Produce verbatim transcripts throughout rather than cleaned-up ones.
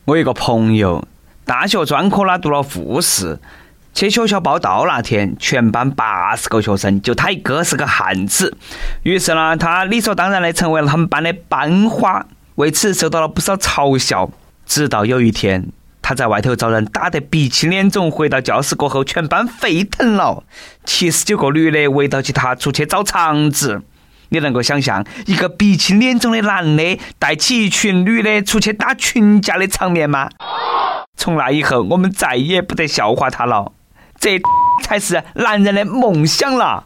我有个朋友，大学专科呢读了护士，去学校报到那天，全班八十个学生，就他一个是个汉子。于是呢，他理所当然的成为了他们班的班花，为此受到了不少嘲笑。直到有一天，他在外头遭人打得鼻青脸肿，回到教室过后，全班沸腾了，七十九个女的围到起他出去找茬子。你能够想象一个鼻青脸肿的男的带起一群女的出去打群架的场面吗？从那以后，我们再也不得笑话他了，这才是男人的梦想了。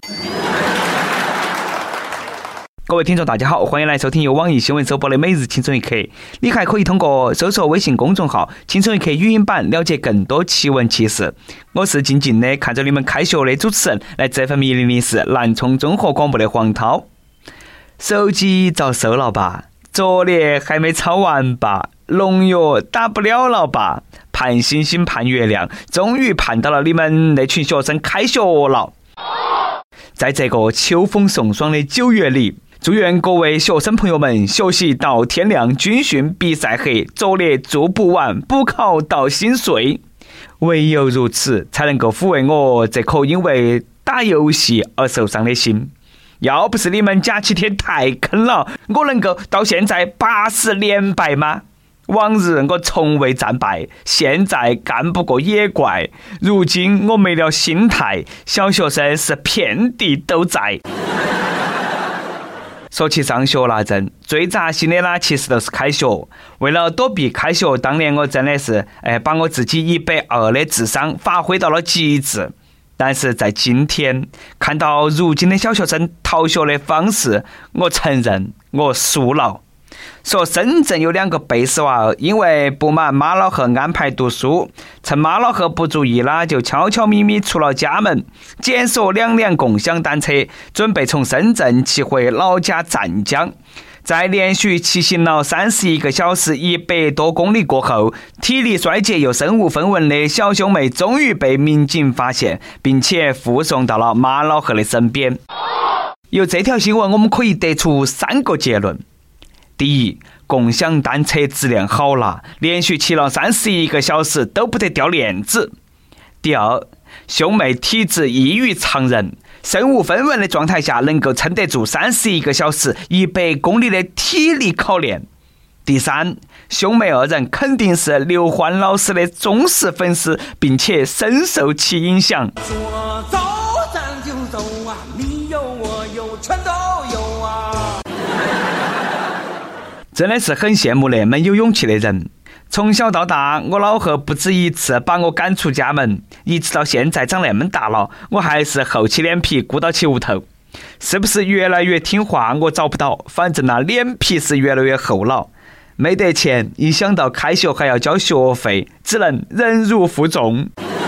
各位听众大家好，欢迎来收听由网易新闻首播的每日轻松一刻。你还可以通过搜索微信公众号轻松一刻语音版了解更多奇闻奇事。我是静静的看着你们开学的主持人，来自 F M 一零零四南充综合广播的黄涛。手机遭收了吧，作业还没抄完吧，农药打不了了吧，盼星星盼月亮，终于盼到了你们那群学生开学了。在这个秋风送爽的九月里，祝愿各位学生朋友们学习到天亮，军训比赛黑，作业做不完，补考到心碎。唯有如此，才能够抚慰我这颗因为打游戏而受伤的心。要不是你们假期天太坑了，我能够到现在八十连败吗？往日我从未战败，现在干不过野怪。如今我没了心态，小学生是遍地都在。说起上学那阵，最扎心的呢，其实都是开学。为了躲避开学，当年我真的是，哎，把我自己一百二的智商发挥到了极致。但是在今天，看到如今的小学生逃学的方式，我承认我输了。说深圳有两个贝斯娃，因为不满妈老汉安排读书，趁妈老汉不注意啦，就悄悄咪咪出了家门，检索两辆共享单车，准备从深圳骑回老家湛江。在连续骑行了三十一个小时一百多公里过后，体力衰竭又身无分文的小兄妹终于被民警发现，并且护送到了马老汉的身边。由这条新闻我们可以得出三个结论：第一，共享单车质量好了，连续骑了三十一个小时都不得掉链子；第二，兄妹体质异于常人，身无分文的状态下能够撑得住三十一个小时一百公里的体力考验；第三，兄妹二人肯定是刘欢老师的忠实粉丝，并且深受其影响。 说走咱就走啊，你有我有全都有啊。 真的是很羡慕那么有勇气的人。从小到大，我老贺不止一次把我赶出家门，一直到现在长那么大了，我还是厚起脸皮顾到起屋头。是不是越来越听话？我找不到，反正那脸皮是越来越厚了。没得钱，一想到开学还要交学费，只能忍辱负重。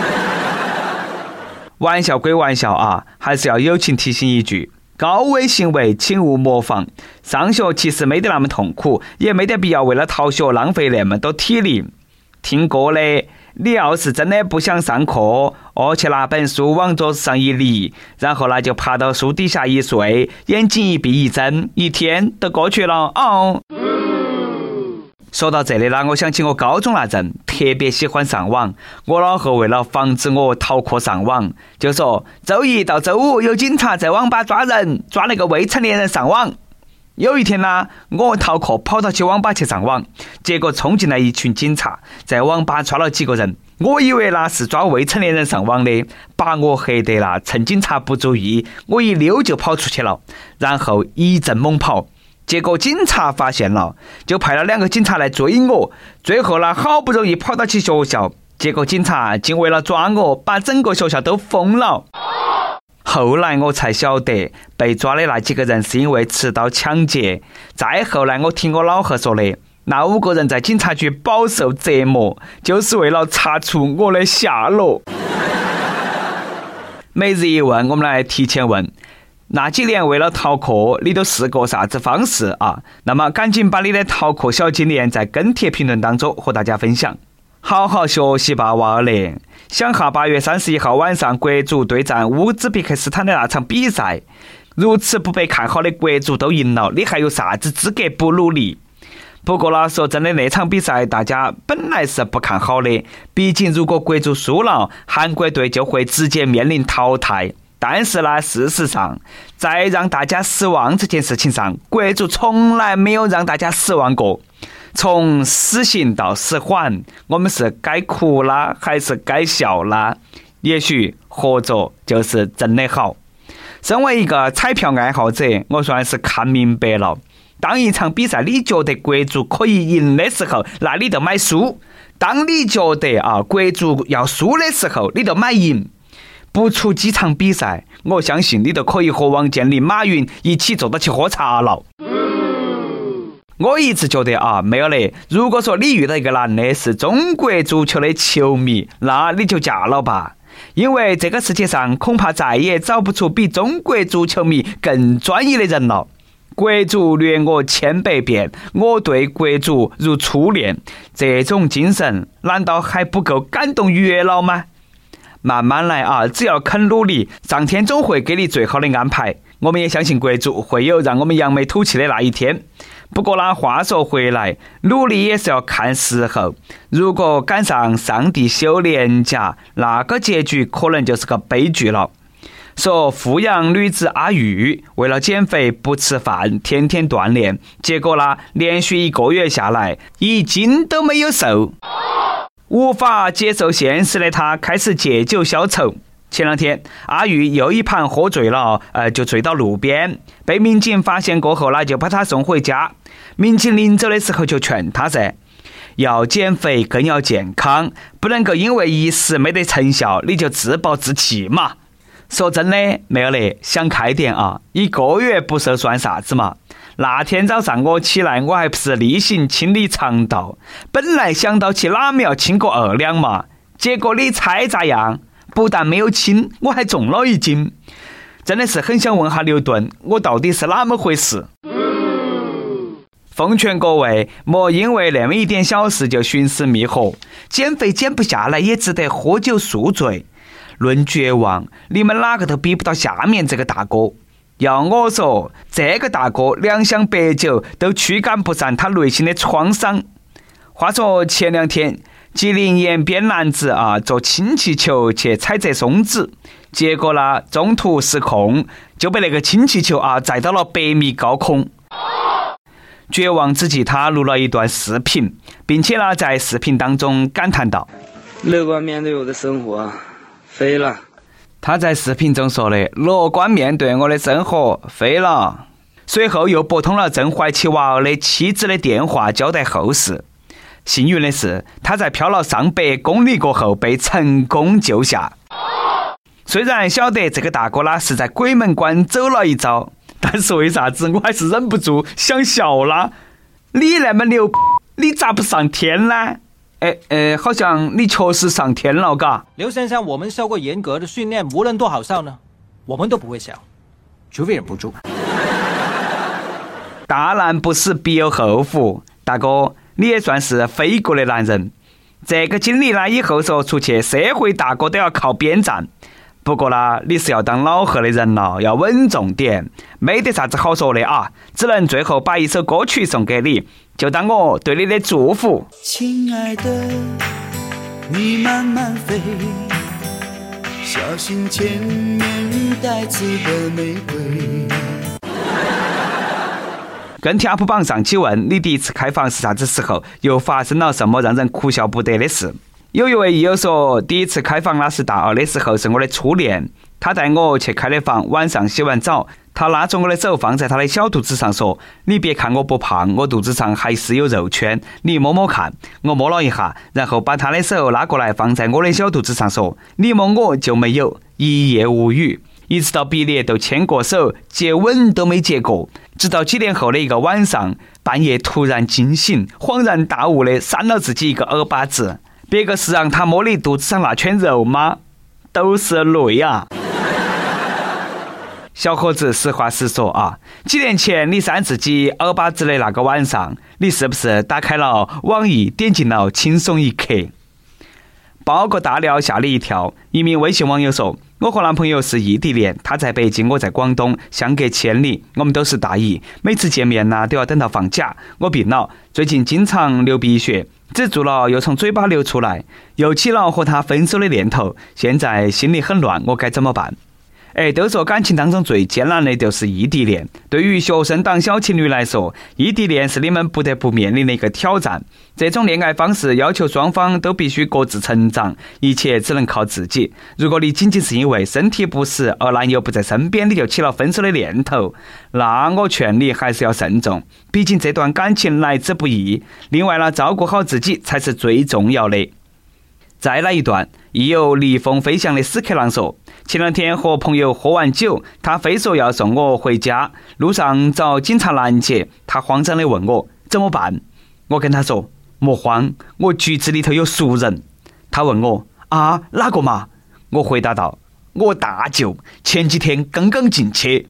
玩笑归玩笑啊，还是要友情提醒一句：高危行为请勿模仿。上学其实没得那么痛苦，也没得必要为了逃学浪费那么多体力。听过的，你要是真的不想上课，哦，去拿本书往桌子上一立，然后呢就爬到书底下一睡，眼睛一闭一睁，一天都过去了哦。说到这里呢，我想起我高中那阵特别喜欢上网，我老贺为了防止我逃课上网，就说周一到周五有警察在网吧抓人，抓那个未成年人上网。有一天呢，我逃课跑到去网吧去上网，结果冲进来一群警察，在网吧抓了几个人。我以为那是抓未成年人上网的，把我吓得了，趁警察不注意，我一溜就跑出去了，然后一阵猛跑。结果警察发现了，就派了两个警察来追我。最后呢，好不容易跑到去学校，结果警察竟为了抓我，把整个学校都封了。后来我才晓得，被抓的那几个人是因为持刀抢劫。再后来我听我老贺说的，那五个人在警察局饱受折磨，就是为了查出我的下落。每日一问，我们来提前问，那几年为了逃课，你都试过啥子方式啊？那么赶紧把你的逃课小经验在跟帖评论当中和大家分享。好好学习吧，娃儿嘞！想下八月三十一号晚上国足对战乌兹别克斯坦的那场比赛，如此不被看好的国足都赢了，你还有啥子资格不努力？ 不过呢，说真的，那场比赛大家本来是不看好的，毕竟如果国足输了，韩国队就会直接面临淘汰。但是呢，事实上，在让大家失望这件事情上，国足从来没有让大家失望过。从死刑到死缓，我们是该哭啦，还是该笑啦？也许合作就是真的好。身为一个彩票爱好者，我算是看明白了。当一场比赛你觉得国足可以赢的时候，那你就买输；当你觉得啊国足要输的时候，你就买赢。不出几场比赛，我相信你都可以和王健林、马云一起坐到去喝茶了。我一直觉得啊，没有嘞。如果说你遇到一个男的是中国足球的球迷，那你就嫁了吧。因为这个世界上恐怕再也找不出比中国足球迷更专一的人了。国足虐我千百遍，我对国足如初恋，这种精神难道还不够感动月老吗？慢慢来啊，只要肯努力，上天总会给你最好的安排。我们也相信国足会有让我们扬眉吐气的那一天。不过呢，话说回来，努力也是要看时候。如果赶上上帝休年假，那个结局可能就是个悲剧了。说富阳女子阿玉为了减肥不吃饭，天天锻炼，结果呢，连续一个月下来，一斤都没有瘦。无法接受现实的她开始借酒消愁。前两天，阿玉又一盘喝醉了，呃，就醉到路边，被民警发现过后呢，就把她送回家。民警临走的时候就劝她噻，要减肥更要健康，不能够因为一时没得成效你就自暴自弃嘛。说真的，没有嘞，想开点啊，一个月不瘦算啥子嘛。那天早上我起来，我还不是例行清理肠道，本来想到去哪庙清个二两嘛，结果你猜咋样？不但没有清，我还重了一斤。真的是很想问下牛顿，我到底是哪么回事？奉劝各位，莫因为那么一点小事就寻死觅活，减肥减不下来也值得喝酒宿醉。论绝望，你们哪个都比不到下面这个大哥。要我说，这个大哥两箱白酒都驱赶不散他内心的创伤。话说前两天，吉林延边男子啊坐氢气球去采摘松子，结果呢中途失控，就被那个氢气球啊载到了百米高空。绝望之际，他录了一段视频，并且呢在视频当中感叹道：“ 乐观面对我的生活，飞了。” 他在视频中说的乐观面对我的生活飞了。随后又拨通了正怀起娃儿的妻子的电话，交代后事。幸运的是，他在飘了上百公里过后被成功救下。虽然晓得这个大哥呢是在鬼门关走了一遭，但是为啥子我还是忍不住想笑啦？你那么牛，你咋不上天呢？哎呃，好像你确实上天了，嘎。 刘先生，我们受过严格的训练，无论多好笑呢，我们都不会笑，除非忍不住。 大难不死必有后福，大哥，你也算是飞过的男人。这个经历呢，以后说出去，社会大哥都要靠边站。不过呢，你是要当老贺的人了，要稳重点，没得啥子好说的啊，只能最后把一首歌曲送给你，就当我对你的祝福。 亲爱的，你慢慢飞，小心前面带刺的玫瑰。 跟贴 up 榜上期问你第一次开房是啥子时候，又发生了什么让人哭笑不得的事？有一位益友说，第一次开房那是大二的时候，是我的初恋，他带我去开的房，晚上洗完澡，他拉着我的手放在他的小肚子上说，你别看我不胖，我肚子上还是有肉圈，你摸摸看。我摸了一下，然后把他的手拉过来放在我的小肚子上说，你摸我就没有。一夜无语，一直到毕业都牵过手，接吻都没接过。直到几年后的一个晚上，半夜突然惊醒，恍然大悟的扇了自己一个耳巴子。别个是让他摸你肚子上那圈肉吗？都是泪啊！小伙子，实话实说啊，几年前你扇自己耳巴子的那个晚上，你是不是打开了网易，点进了轻松一刻？包个大料吓你一跳。一名微信网友说， 我和男朋友是异地恋，他在北京，我在广东，相隔千里，我们都是大姨，每次见面呢都要等到放假。我病了，最近经常流鼻血，止住了又从嘴巴流出来，又起了和他分手的念头，现在心里很乱，我该怎么办？哎，都说感情当中最艰难的就是异地恋。对于学生党小情侣来说，异地恋是你们不得不面临的一个挑战。这种恋爱方式要求双方都必须各自成长，一切只能靠自己。如果你仅仅是因为身体不适而男友不在身边，你就起了分手的念头，那我劝你还是要慎重，毕竟这段感情来之不易。另外呢，照顾好自己才是最重要的。再来一段，亦有逆风飞翔的屎壳郎说，前两天和朋友喝完酒，他非说要送我回家，路上遭警察拦截，他慌张地问我怎么办。我跟他说莫慌，我局子里头有熟人。他问我啊哪个嘛？我回答道我大舅，前几天刚刚进去。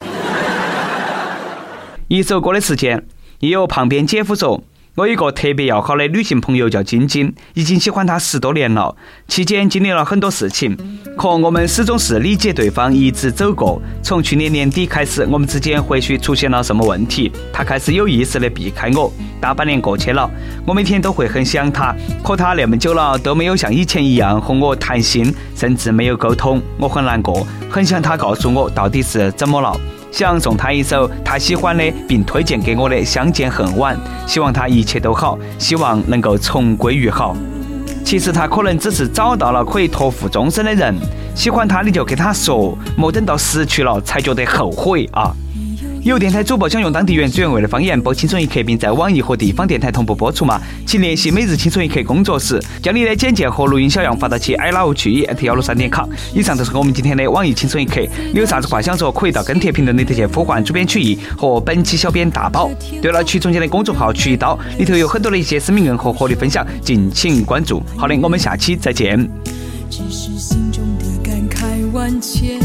一首歌的时间，亦有旁边姐夫说，我有一个特别要好的女性朋友叫晶晶，已经喜欢她十多年了，期间经历了很多事情，可我们始终是理解对方，一直走过。从去年年底开始，我们之间或许出现了什么问题，她开始有意识地避开我。大半年过去了，我每天都会很想她，可她那么久了都没有像以前一样和我谈心，甚至没有沟通，我很难过，很想她告诉我到底是怎么了。想送他一首他喜欢的并推荐给我的《相见恨晚》，希望他一切都好，希望能够重归于好。其实他可能只是找到了可以托付终身的人，喜欢他你就给他说，莫等到失去了才觉得后悔啊。有电台主播想用当地原汁原味的方言播轻松一刻，并在网易和地方电台同步播出吗？请联系每日轻松一刻工作室，将你的简介和录音小样发到其 i love 曲艺 at 一六三点 com。以上就是我们今天的网易轻松一刻，你有啥子话想说，可以到跟帖评论里头去呼唤主编曲艺和本期小编大宝。对了，曲总监的公众号曲一刀里头有很多的一些私密梗和活力分享，敬请关注。好的，我们下期再见。 只是心中的感慨万千，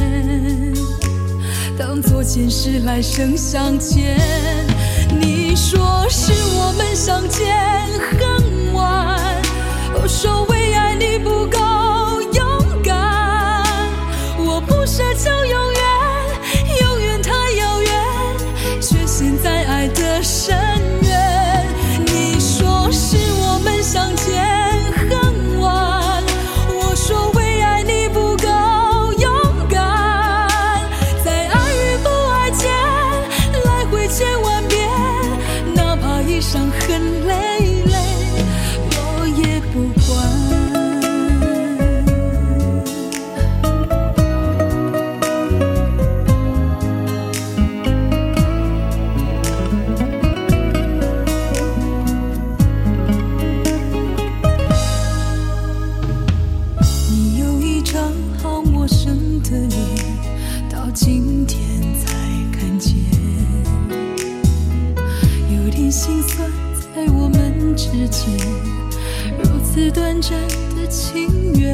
当作前世来生相欠。你说是我们相见恨晚，我说为爱你不够勇敢，我不奢求永远，永远太遥远，却陷在爱的深渊。你说是我们相见恨晚，我说为爱你不够勇敢，在爱与不爱间来回千万遍，哪怕一伤痕累累，我也不管。你有一张好陌生的脸，到今天才看见，有点心酸在我们之间，如此短暂的情缘，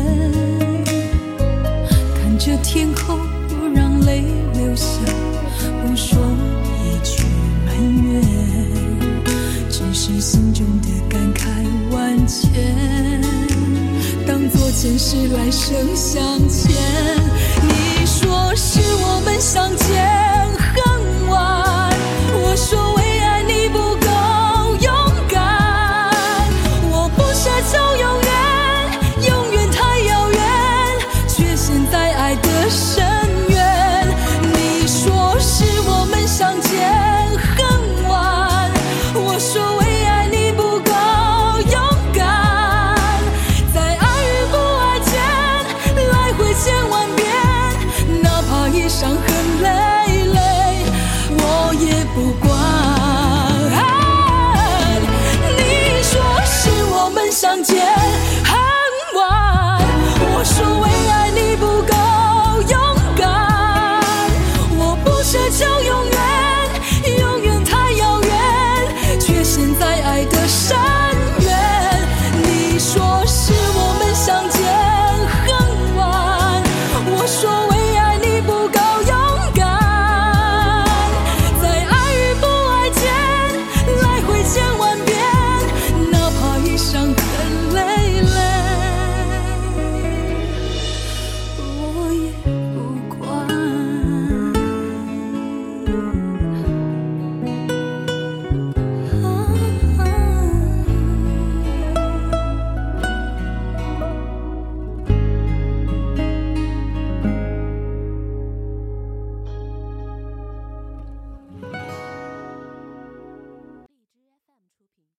看着天空不让泪流下，不说一句埋怨，只是心中的感慨万千，当作前世来生相欠。你说是我们相见恨晚，我说为爱你不够勇敢，我不奢求永远，永远太遥远，却陷在爱的深渊。你说是我们相见恨晚，我说为爱你不够勇敢，在爱与不爱间来回千万遍，哪怕一伤痕累累，我也不管。你说是我们相见